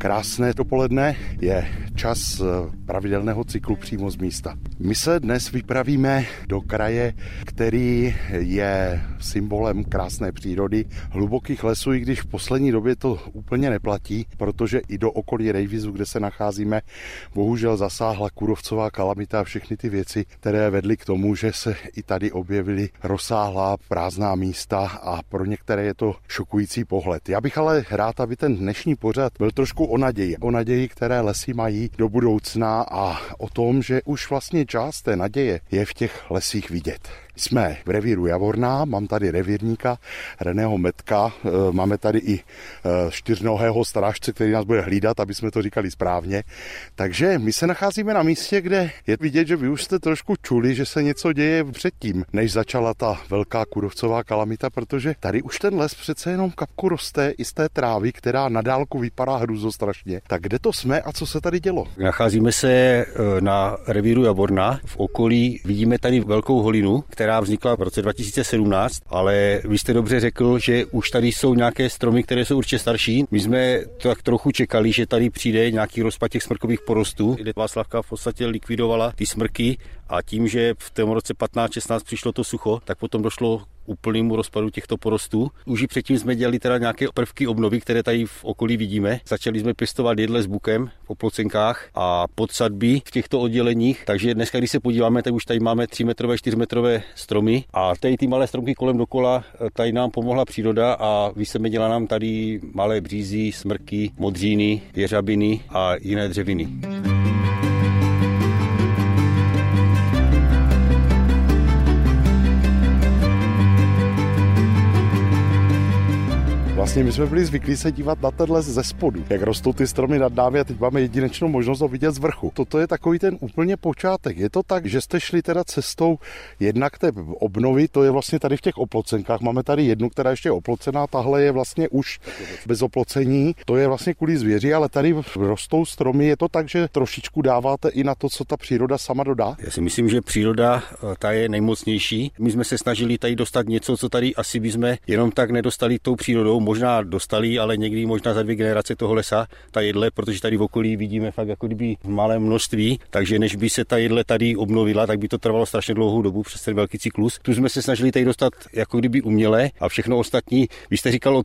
Krásné dopoledne, je čas pravidelného cyklu přímo z místa. My se dnes vypravíme do kraje, který je symbolem krásné přírody, hlubokých lesů, i když v poslední době to úplně neplatí, protože i do okolí Rejvizu, kde se nacházíme, bohužel zasáhla kůrovcová kalamita a všechny ty věci, které vedly k tomu, že se i tady objevily rozsáhlá prázdná místa a pro některé je to šokující pohled. Já bych ale rád, aby ten dnešní pořad byl trošku o naději, které lesy mají do budoucna a o tom, že už vlastně část té naděje je v těch lesích vidět. Jsme v revíru Javorná, mám tady revírníka Reného Metka, máme tady i čtyřnohého strážce, který nás bude hlídat, aby jsme to říkali správně. Takže my se nacházíme na místě, kde je vidět, že vy už jste trošku čuli, že se něco děje předtím, než začala ta velká kůrovcová kalamita, protože tady už ten les přece jenom kapku roste i z té trávy, která na dálku vypadá hruzostrašně. Tak kde to jsme a co se tady dělo? Nacházíme se na revíru Javorná. V okolí vidíme tady velkou holinu, která vznikla v roce 2017, ale vy jste dobře řekl, že už tady jsou nějaké stromy, které jsou určitě starší. My jsme tak trochu čekali, že tady přijde nějaký rozpad těch smrkových porostů, kde Václavka v podstatě likvidovala ty smrky a tím, že v tom roce 15-16 přišlo to sucho, tak potom došlo úplnému rozpadu těchto porostů. Už i předtím jsme dělali teda nějaké prvky obnovy, které tady v okolí vidíme. Začali jsme pěstovat jedle s bukem v oplocenkách a podsadby v těchto odděleních. Takže dneska, když se podíváme, tak už tady máme 3metrové, 4metrové stromy a tady ty malé stromky kolem dokola, tady nám pomohla příroda a vysemenila nám tady malé břízy, smrky, modříny, jeřabiny a jiné dřeviny. Vlastně my jsme byli zvyklí se dívat na ten les ze spodu, jak rostou ty stromy nad námi a teď máme jedinečnou možnost ho vidět z vrchu. Toto je takový ten úplně počátek. Je to tak, že jste šli teda cestou jednak té obnovy, to je vlastně tady v těch oplocenkách. Máme tady jednu, která ještě je oplocená, tahle je vlastně už bez oplocení. To je vlastně kvůli zvěři, ale tady rostou stromy. Je to tak, že trošičku dáváte i na to, co ta příroda sama dodá? Já si myslím, že příroda ta je nejmocnější. My jsme se snažili tady dostat něco, co tady asi bychom jenom tak nedostali tou přírodou. Možná dostali, ale někdy možná za 2 generace toho lesa, ta jedle, protože tady v okolí vidíme fakt jako kdyby v malém množství, takže než by se ta jedle tady obnovila, tak by to trvalo strašně dlouhou dobu přes ten velký cyklus. Tu jsme se snažili tady dostat jako kdyby uměle a všechno ostatní. Vy jste říkal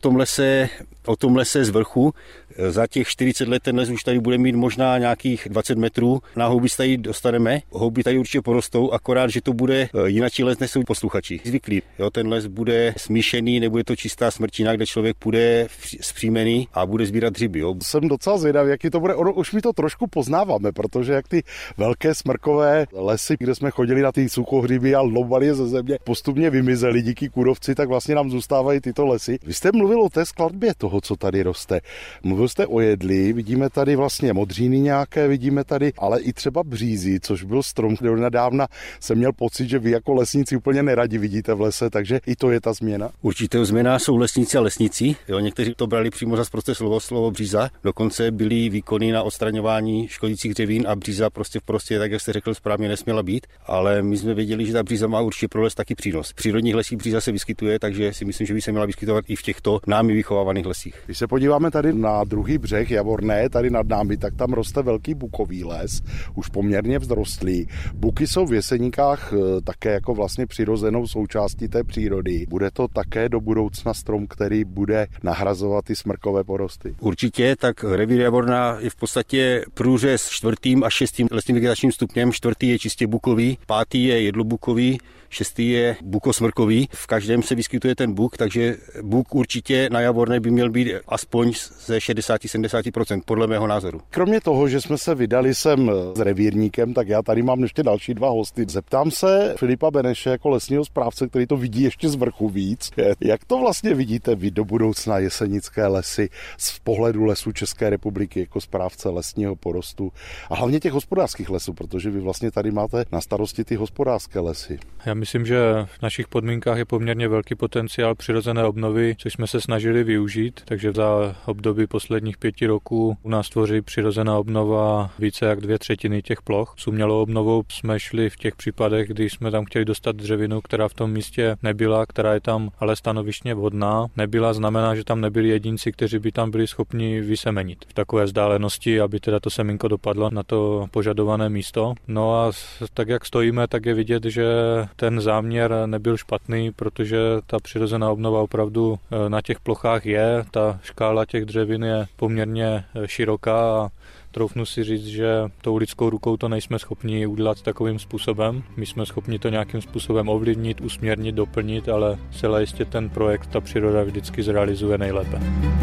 o tom lese z vrchu. Za těch 40 let ten les už tady bude mít možná nějakých 20 metrů. Na houby se tady dostaneme, houby tady určitě porostou, akorát, že to bude jináčí les, než jsou posluchači zvyklí. Jo, ten les bude smíšený, nebude to čistá smrčina, kde člověk bude zpříjmený a bude sbírat hřiby. Jo. Jsem docela zvědavý, jaký to bude. Už mi to trošku poznáváme, protože jak ty velké smrkové lesy, kde jsme chodili na ty suchohřiby a loubali je ze země, postupně vymizely díky kůrovci, tak vlastně nám zůstávají tyto lesy. Vy jste mluvil o té skladbě toho, co tady roste. Mluvil jste o jedli, vidíme tady vlastně modříny nějaké, vidíme tady, ale i třeba břízy, což byl strom, kde nedávna jsem měl pocit, že vy jako lesníci úplně neradi vidíte v lese, takže i to je ta změna. Určitě změna jsou lesníci a lesníci. Jo, někteří to brali přímo za prosté slovo bříza. Dokonce byly výkony na odstraňování škodících dřevín a bříza prostě tak, jak jste řekl, správně nesměla být, ale my jsme věděli, že ta bříza má určitě pro les taky přínos. V přírodních lesích bříza se vyskytuje, takže si myslím, že by se měla vyskytovat i v těchto námi vychovávaných lesích. Když se podíváme tady na druhý břeh Javorné, tady nad námi, tak tam roste velký bukový les, už poměrně vzrostlý. Buky jsou v Jeseníkách také jako vlastně přirozenou součástí té přírody. Bude to také do budoucna strom, který bude nahrazovat ty smrkové porosty? Určitě, tak revír Javorná je v podstatě průřez 4. a 6. lesním vegetačním stupněm. 4. je čistě bukový, 5. je jedlobukový, 6. je bukosmrkový. V každém se vyskytuje ten buk, takže buk určitě na Javorné by měl být aspoň ze 60-70%, podle mého názoru. Kromě toho, že jsme se vydali sem s revírníkem, tak já tady mám ještě další 2 hosty. Zeptám se Filipa Beneše jako lesního správce, který to vidí ještě z vrchu víc. Jak to vlastně vidíte vy do budoucna jesenické lesy z pohledu lesů České republiky jako správce lesního porostu a hlavně těch hospodářských lesů, protože vy vlastně tady máte na starosti ty hospodářské lesy? Já myslím, že v našich podmínkách je poměrně velký potenciál přirozené obnovy, což jsme se snažili využít, takže za období posledních 5 roků u nás tvoří přirozená obnova více jak 2/3 těch ploch. S umělou obnovou jsme šli v těch případech, kdy jsme tam chtěli dostat dřevinu, která v tom místě nebyla, která je tam ale stanovištně vhodná. Nebyla znamená znamená, že tam nebyli jedinci, kteří by tam byli schopni vysemenit v takové vzdálenosti, aby teda to semínko dopadlo na to požadované místo. No a tak, jak stojíme, tak je vidět, že ten záměr nebyl špatný, protože ta přirozená obnova opravdu na těch plochách je, ta škála těch dřevin je poměrně široká a troufnu si říct, že tou lidskou rukou to nejsme schopni udělat takovým způsobem. My jsme schopni to nějakým způsobem ovlivnit, usměrnit, doplnit, ale celé jistě ten projekt ta příroda vždycky zrealizuje nejlépe.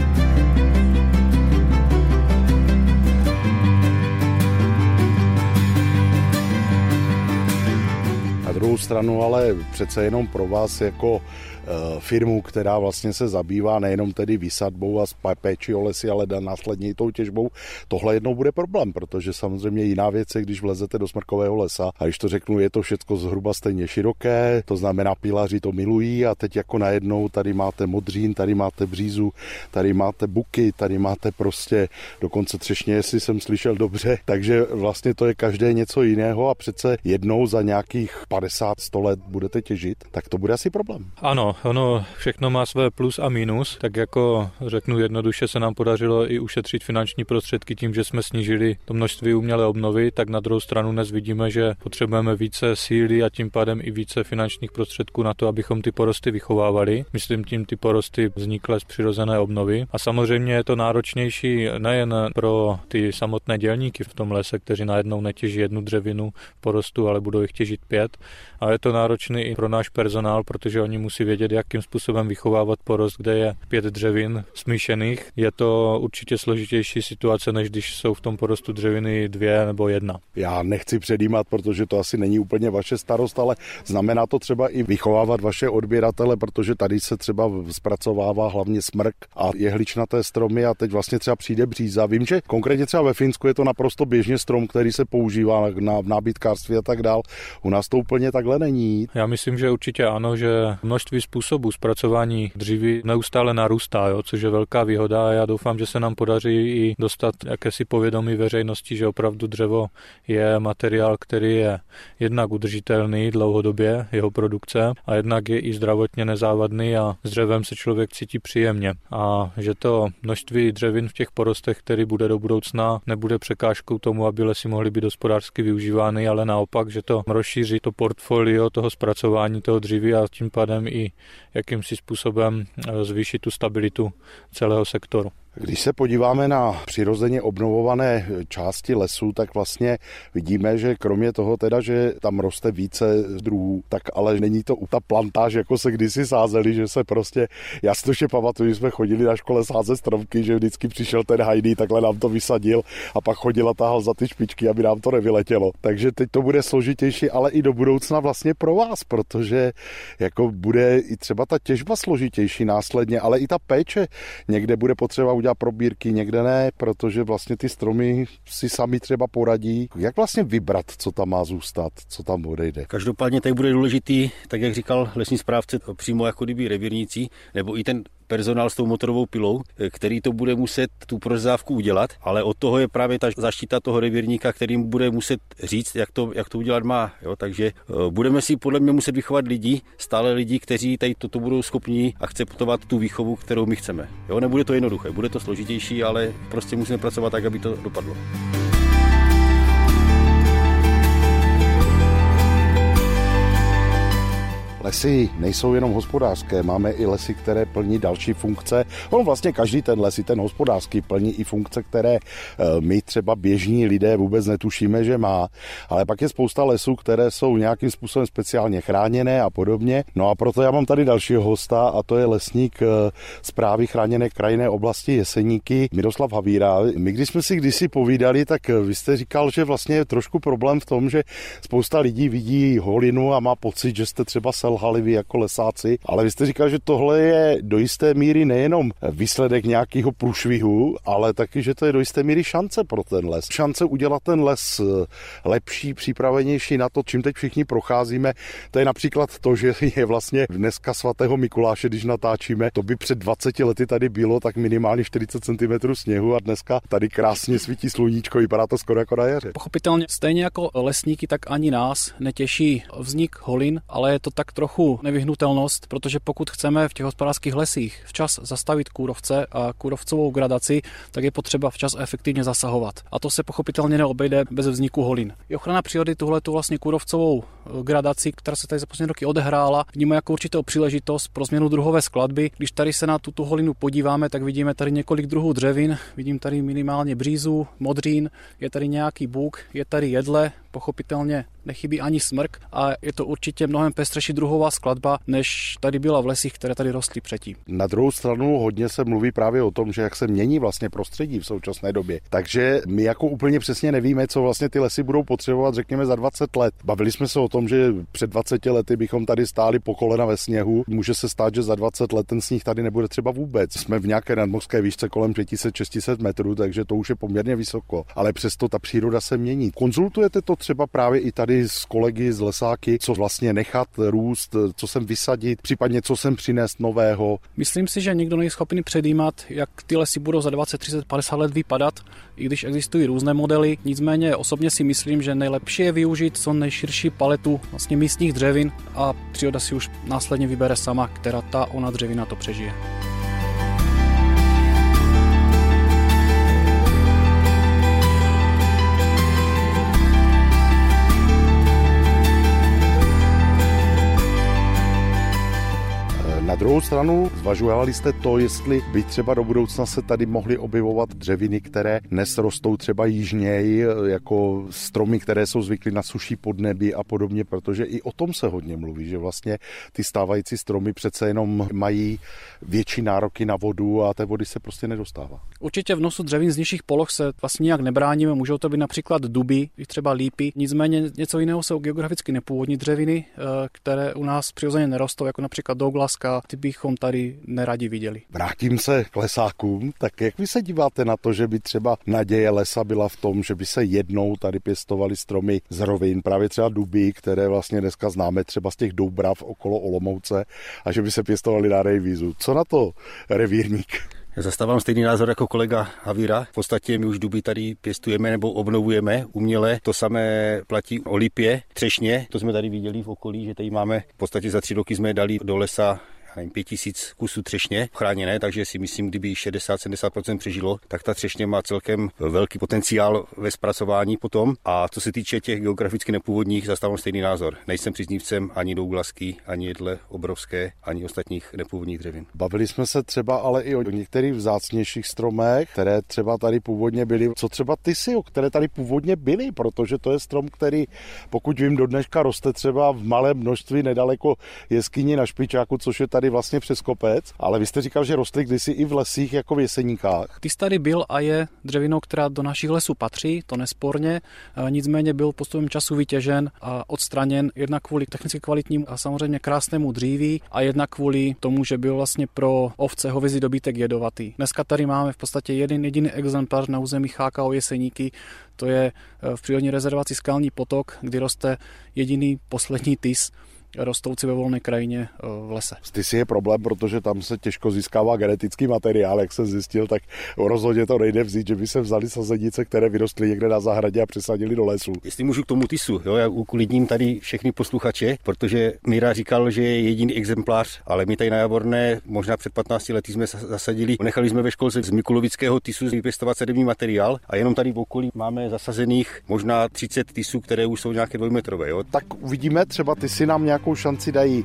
Na druhou stranu ale přece jenom pro vás jako firmu, která vlastně se zabývá nejenom tedy výsadbou a péči o lesy, ale následně i tou těžbou, tohle jednou bude problém, protože samozřejmě jiná věc je, když vlezete do smrkového lesa a když to řeknu, je to všecko zhruba stejně široké, to znamená pilaři to milují a teď jako najednou tady máte modřín, tady máte břízu, tady máte buky, tady máte prostě dokonce třešně, jestli jsem slyšel dobře, takže vlastně to je každé něco jiného a přece jednou za nějakých 50-100 let budete těžit, tak to bude asi problém. Ano, ono všechno má své plus a minus, tak jako řeknu jednoduše se nám podařilo i ušetřit finanční prostředky tím, že jsme snížili to množství umělé obnovy, tak na druhou stranu dnes vidíme, že potřebujeme více síly a tím pádem i více finančních prostředků na to, abychom ty porosty vychovávali. Myslím tím ty porosty vzniklé z přirozené obnovy. A samozřejmě je to náročnější nejen pro ty samotné dělníky v tom lese, kteří najednou netěží jednu dřevinu porostu, ale budou jich těžit 5. A je to náročný i pro náš personál, protože oni musí vědět, jakým způsobem vychovávat porost, kde je 5 dřevin smíšených. Je to určitě složitější situace, než když jsou v tom porostu dřeviny 2 nebo 1. Já nechci předjímat, protože to asi není úplně vaše starost, ale znamená to třeba i vychovávat vaše odběratele, protože tady se třeba zpracovává hlavně smrk a jehličnaté stromy a teď vlastně třeba přijde bříza. Vím, že konkrétně třeba ve Finsku je to naprosto běžně strom, který se používá na nábytkářství a tak dál. U nás to úplně takhle není. Já myslím, že určitě ano, že množství způsobů zpracování dříví neustále narůstá, což je velká výhoda a já doufám, že se nám podaří i dostat jakési povědomí veřejnosti, že opravdu dřevo je materiál, který je jednak udržitelný dlouhodobě, jeho produkce, a jednak je i zdravotně nezávadný a s dřevem se člověk cítí příjemně. A že to množství dřevin v těch porostech, který bude do budoucna, nebude překážkou tomu, aby lesy mohly být hospodářsky využívány, ale naopak, že to rozšíří to portfolio toho zpracování toho dříví a tím pádem i jakýmsi způsobem zvýšit tu stabilitu celého sektoru. Když se podíváme na přirozeně obnovované části lesů, tak vlastně vidíme, že kromě toho teda, že tam roste více druhů, tak ale není to ta plantáž, jako se kdysi sázeli, že se prostě, já si to ještě pamatuju, že jsme chodili na škole sázet stromky, že vždycky přišel ten hajný, takhle nám to vysadil a pak chodil a tahal za ty špičky, aby nám to nevyletělo. Takže teď to bude složitější, ale i do budoucna vlastně pro vás, protože jako bude i třeba ta těžba složitější následně, ale i ta péče někde bude potřeba udělat probírky, někde ne, protože vlastně ty stromy si sami třeba poradí. Jak vlastně vybrat, co tam má zůstat, co tam odejde? Každopádně tady bude důležitý, tak jak říkal lesní správce, přímo jako kdyby revírníci, nebo i ten personál s tou motorovou pilou, který to bude muset tu prořezávku udělat, ale od toho je právě ta zaštita toho revírníka, kterým bude muset říct, jak to udělat má. Jo? Takže budeme si podle mě muset vychovat stále lidi, kteří tady toto budou schopni akceptovat tu výchovu, kterou my chceme. Jo? Nebude to jednoduché, bude to složitější, ale prostě musíme pracovat tak, aby to dopadlo. Lesy nejsou jenom hospodářské, máme i lesy, které plní další funkce. Vlastně každý ten les, i ten hospodářský, plní i funkce, které my třeba běžní lidé vůbec netušíme, že má. Ale pak je spousta lesů, které jsou nějakým způsobem speciálně chráněné a podobně. No a proto já mám tady dalšího hosta a to je lesník Správy chráněné krajinné oblasti Jeseníky Miroslav Havíra. My když jsme si kdysi povídali, tak vy jste říkal, že vlastně je trošku problém v tom, že spousta lidí vidí holinu a má pocit, že jste třeba selhali vy jako lesáci, ale vy jste říkal, že tohle je do jisté míry nejenom výsledek nějakého průšvihu, ale taky, že to je do jisté míry šance pro ten les. Šance udělat ten les lepší, připravenější na to, čím teď všichni procházíme. To je například to, že je vlastně dneska svatého Mikuláše, když natáčíme, to by před 20 lety tady bylo tak minimálně 40 cm sněhu a dneska tady krásně svítí sluníčko, vypadá to skoro jako na jaře. Pochopitelně stejně jako lesníky, tak ani nás netěší vznik holin, ale je to tak trochu trochu nevyhnutelnost, protože pokud chceme v těch hospodářských lesích včas zastavit kůrovce a kůrovcovou gradaci, tak je potřeba včas efektivně zasahovat. A to se pochopitelně neobejde bez vzniku holin. I ochrana přírody tuhletu vlastně kůrovcovou gradaci, která se tady za poslední roky odehrála, vnímá jako určitou příležitost pro změnu druhové skladby. Když tady se na tuto holinu podíváme, tak vidíme tady několik druhů dřevin, vidím tady minimálně břízu, modřín, je tady nějaký buk, je tady jedle, pochopitelně nechybí ani smrk a je to určitě mnohem pestřejší druhová skladba, než tady byla v lesích, které tady rostly předtím. Na druhou stranu hodně se mluví právě o tom, že jak se mění vlastně prostředí v současné době. Takže my jako úplně přesně nevíme, co vlastně ty lesy budou potřebovat, řekněme, za 20 let. Bavili jsme se o tom, že před 20 lety bychom tady stáli po kolena ve sněhu. Může se stát, že za 20 let ten sníh tady nebude třeba vůbec. Jsme v nějaké nadmořské výšce kolem 500-600 metrů, takže to už je poměrně vysoko. Ale přesto ta příroda se mění. Konzultujete to třeba právě i tady s kolegy, z lesáky, co vlastně nechat růst, co sem vysadit, případně co sem přinést nového? Myslím si, že nikdo není schopný předjímat, jak ty lesy budou za 20, 30, 50 let vypadat, i když existují různé modely. Nicméně osobně si myslím, že nejlepší je využít co nejširší paletu vlastně místních dřevin a příroda si už následně vybere sama, která ta ona dřevina to přežije. Na druhou stranu zvažovali jste to, jestli by třeba do budoucna se tady mohly objevovat dřeviny, které dnes rostou třeba jižněji, jako stromy, které jsou zvyklí na suší podnebí a podobně, protože i o tom se hodně mluví, že vlastně ty stávající stromy přece jenom mají větší nároky na vodu a té vody se prostě nedostává. Určitě v nosu dřevin z nižších poloh se vlastně nějak nebráníme, můžou to být například duby, i třeba lípy, nicméně něco jiného jsou geograficky nepůvodní dřeviny, které u nás přirozeně nerostou, jako například douglaska, ty bychom tady neradi viděli. Vrátím se k lesákům, tak jak vy se díváte na to, že by třeba naděje lesa byla v tom, že by se jednou tady pěstovaly stromy z rovin, právě třeba duby, které vlastně dneska známe třeba z těch Doubrav okolo Olomouce a že by se pěstovaly na rejvízu. Co na to revírník? Já zastávám stejný názor jako kolega Havíra. V podstatě my už duby tady pěstujeme nebo obnovujeme uměle. To samé platí o lipě, třešně. To jsme tady viděli v okolí, že tady máme v podstatě za 3 roky jsme dali do lesa 5000 kusů třešně chráněné, takže si myslím, kdyby 60-70% přežilo, tak ta třešně má celkem velký potenciál ve zpracování potom. A co se týče těch geograficky nepůvodních, zastávám stejný názor. Nejsem příznivcem ani douglasky, ani jedle obrovské, ani ostatních nepůvodních dřevin. Bavili jsme se třeba ale i o některých vzácnějších stromech, které třeba tady původně byly. Co třeba tysy, které tady původně byly, protože to je strom, který, pokud vím, do dneška roste třeba v malém množství nedaleko jeskyni na Špičáku, což je tady vlastně přes kopec, ale vy jste říkal, že rostly kdysi i v lesích jako v Jeseníkách. Tys tady byl a je dřevinou, která do našich lesů patří, to nesporně, nicméně byl postupem času vytěžen a odstraněn jednak kvůli technicky kvalitnímu a samozřejmě krásnému dříví a jednak kvůli tomu, že byl vlastně pro ovce, hovězí dobytek jedovatý. Dneska tady máme v podstatě jeden jediný exemplář na území CHKO Jeseníky, to je v přírodní rezervaci Skalní potok, kdy roste jediný poslední tys rostoucí ve volné krajině v lese. S tysy je problém, protože tam se těžko získává genetický materiál, jak jsem zjistil, tak rozhodně to nejde vzít, že by se vzali sazenice, které vyrostly někde na zahradě a přesadili do lesu. Jestli můžu k tomu tysu, já uklidním tady všechny posluchače, protože Míra říkal, že je jediný exemplář, ale my tady na Javorné možná před 15 lety jsme zasadili, nechali jsme ve školce z Mikulovického tysu vypěstovat sadební materiál a jenom tady v okolí máme zasazených možná 30 tysů, které už jsou nějaké dvojmetrové. Jo? Tak uvidíme, třeba tysy nám nějakou šanci dají.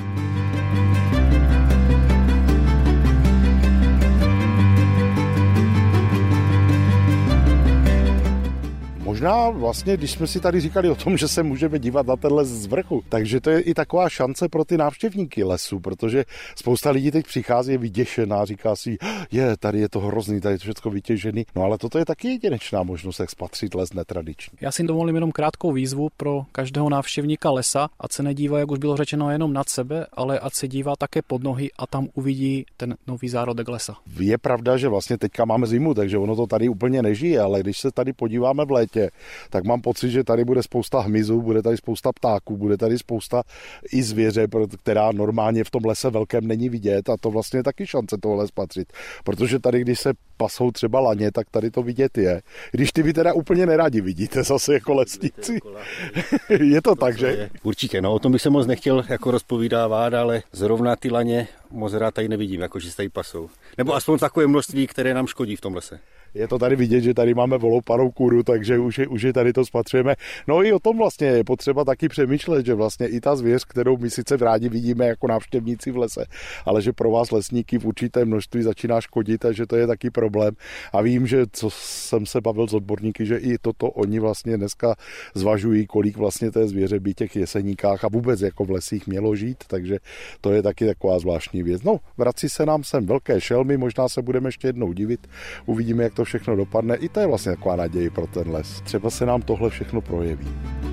Možná vlastně, když jsme si tady říkali o tom, že se můžeme dívat na ten les z vrchu, takže to je i taková šance pro ty návštěvníky lesu, protože spousta lidí teď přichází, je vyděšená, říká si, tady je to hrozný, tady je to všechno vytěžený. No ale toto je taky jedinečná možnost, jak spatřit les netradičně. Já si dovolím jenom krátkou výzvu pro každého návštěvníka lesa, ať se nedívá, jak už bylo řečeno, jenom nad sebe, ale ať se dívá také pod nohy a tam uvidí ten nový zárodek lesa. Je pravda, že vlastně teďka máme zimu, takže ono to tady úplně nežije, ale když se tady podíváme v létě, je, tak mám pocit, že tady bude spousta hmyzu, bude tady spousta ptáků, bude tady spousta i zvěře, která normálně v tom lese velkém není vidět, a to vlastně je taky šance tohle spatřit. Protože tady, když se pasou třeba laně, tak tady to vidět je. Když ty vy teda úplně neradi vidíte zase jako lesníci. Je to tak, že? Určitě, no o tom bych se moc nechtěl jako rozpovídávat, ale zrovna ty laně moc rád tady nevidím, jako že se tady pasou. Nebo aspoň takové množství, které nám škodí v tom lese. Je to tady vidět, že tady máme voloupanou kůru, takže už je tady to spatřujeme. No i o tom vlastně je potřeba taky přemýšlet, že vlastně i ta zvěř, kterou my sice rádi vidíme jako návštěvníci v lese, ale že pro vás lesníky v určitém množství začíná škodit a že to je taky problém. A vím, že co jsem se bavil s odborníky, že i toto oni vlastně dneska zvažují, kolik vlastně té zvěře by těch jeseníkách a vůbec jako v lesích mělo žít, takže to je taky taková zvláštní věc. No, vrací se nám sem velké šelmy, možná se budeme ještě jednou divit, uvidíme, jak to všechno dopadne. I to je vlastně taková naděje pro ten les. Třeba se nám tohle všechno projeví.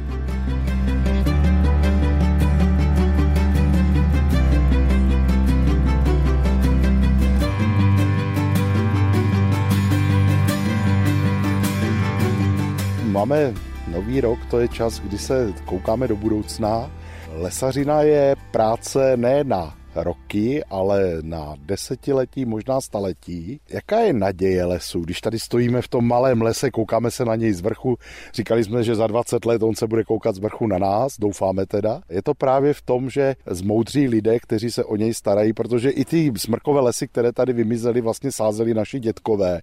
Máme nový rok, to je čas, kdy se koukáme do budoucna. Lesařina je práce ne na roky, ale na desetiletí, možná staletí. Jaká je naděje lesu? Když tady stojíme v tom malém lese, koukáme se na něj z vrchu, říkali jsme, že za 20 let on se bude koukat z vrchu na nás, doufáme teda. Je to právě v tom, že zmoudří lidé, kteří se o něj starají, protože i ty smrkové lesy, které tady vymizely, vlastně sázeli naši dětkové.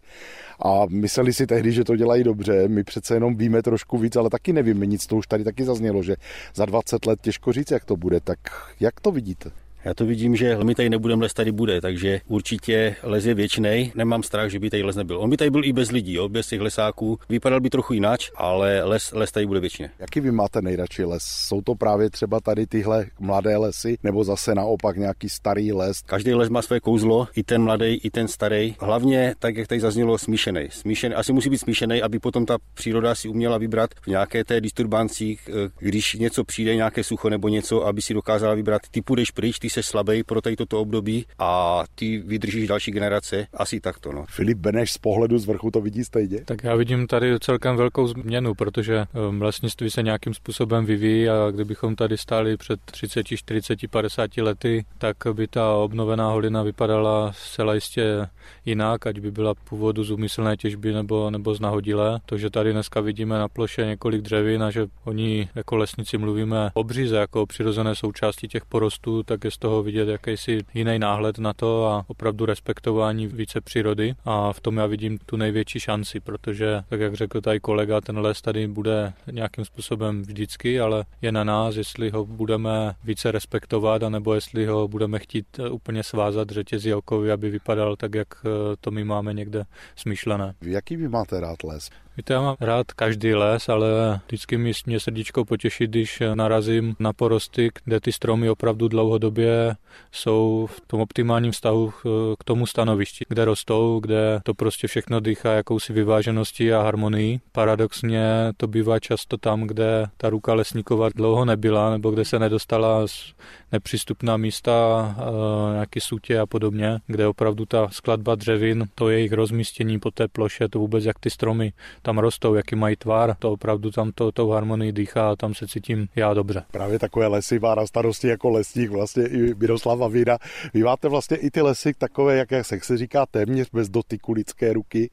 A mysleli si tehdy, že to dělají dobře. My přece jenom víme trošku víc, ale taky nevíme nic. To už tady taky zaznělo, že za 20 let těžko říct, jak to bude. Tak jak to vidíte? Já to vidím, že my tady nebudeme, les tady bude, takže určitě les je věčnej. Nemám strach, že by tady les nebyl. On by tady byl i bez lidí, jo, bez těch lesáků. Vypadal by trochu jináč, ale les tady bude věčně. Jaký vy máte nejradši les? Jsou to právě třeba tady tyhle mladé lesy, nebo zase naopak nějaký starý les? Každý les má své kouzlo, i ten mladý, i ten starý. Hlavně, tak jak tady zaznělo, smíšený. Asi musí být smíšený, aby potom ta příroda si uměla vybrat v nějaké té disturbanci, když něco přijde, nějaké sucho nebo něco, aby si dokázala vybrat, ty půjdeš pryč, ty se slabej pro tady toto období a ty vydržíš další generace, asi takto. No. Filip Beneš z pohledu z vrchu to vidí stejně? Tak já vidím tady celkem velkou změnu, protože lesnictví se nějakým způsobem vyvíjí a kdybychom tady stáli před 30, 40, 50 lety, tak by ta obnovená holina vypadala zcela jistě jinak, ať by byla původu z úmyslné těžby nebo z nahodilé. To, že tady dneska vidíme na ploše několik dřevin a že oni jako lesníci mluvíme o břize jako o přirozené součásti těch porostů, tak je z toho vidět jakýsi jiný náhled na to a opravdu respektování více přírody a v tom já vidím tu největší šanci, protože, tak jak řekl tady kolega, ten les tady bude nějakým způsobem vždycky, ale je na nás, jestli ho budeme více respektovat, anebo jestli ho budeme chtít úplně svázat řetězí okovy, aby vypadal tak, jak to my máme někde smyšlené. Jaký vy máte rád les? Víte, já mám rád každý les, ale vždycky mě srdíčko potěší, když narazím na porosty, kde ty stromy opravdu dlouhodobě jsou v tom optimálním vztahu k tomu stanovišti, kde rostou, kde to prostě všechno dýchá jakousi vyvážeností a harmonii. Paradoxně to bývá často tam, kde ta ruka lesníková dlouho nebyla, nebo kde se nedostala z nepřístupná místa, nějaký sutě a podobně, kde opravdu ta skladba dřevin, to jejich rozmístění po té ploše, to vůbec jak ty stromy tam rostou, jaký mají tvar, to opravdu tam tou harmonii dýchá a tam se cítím já dobře. Právě takové lesy má na starosti jako lesník vlastně i Miroslav Havíra. Vy máte vlastně i ty lesy takové, jak se říká, téměř bez dotyku lidské ruky,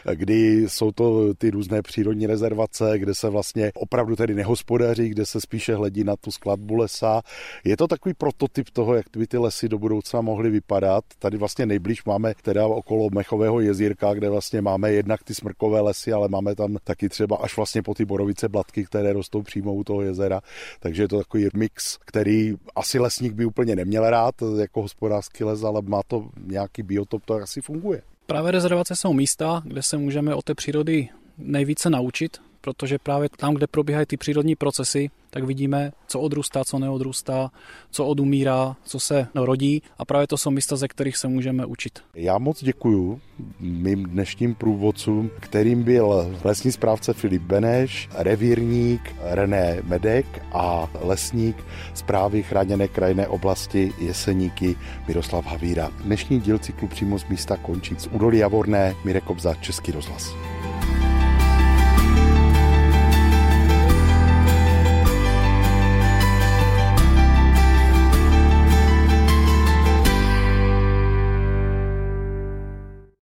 kdy jsou to ty různé přírodní rezervace, kde se vlastně opravdu tedy nehospodaří, kde se spíše hledí na tu skladbu lesa. Je to takový prototyp toho, jak by ty lesy do budoucna mohly vypadat. Tady vlastně nejblíž máme teda okolo Mechového jezírka, kde vlastně máme jednak ty smrkové lesy, ale máme tam taky třeba až vlastně po ty borovice blatky, které rostou přímo u toho jezera. Takže je to takový mix, který asi lesník by úplně neměl rád jako hospodářský les, ale má to nějaký biotop, to asi funguje. Právě rezervace jsou místa, kde se můžeme od té přírody nejvíce naučit, protože právě tam, kde probíhají ty přírodní procesy, tak vidíme, co odrůstá, co neodrůstá, co odumírá, co se rodí a právě to jsou místa, ze kterých se můžeme učit. Já moc děkuju mým dnešním průvodcům, kterým byl lesní správce Filip Beneš, revírník René Medek a lesník Správy chráněné krajinné oblasti Jeseníky Miroslav Havíra. Dnešní díl cyklu Přímo z místa končí. Z údolí Javorné, Mirek Kobza, Český rozhlas.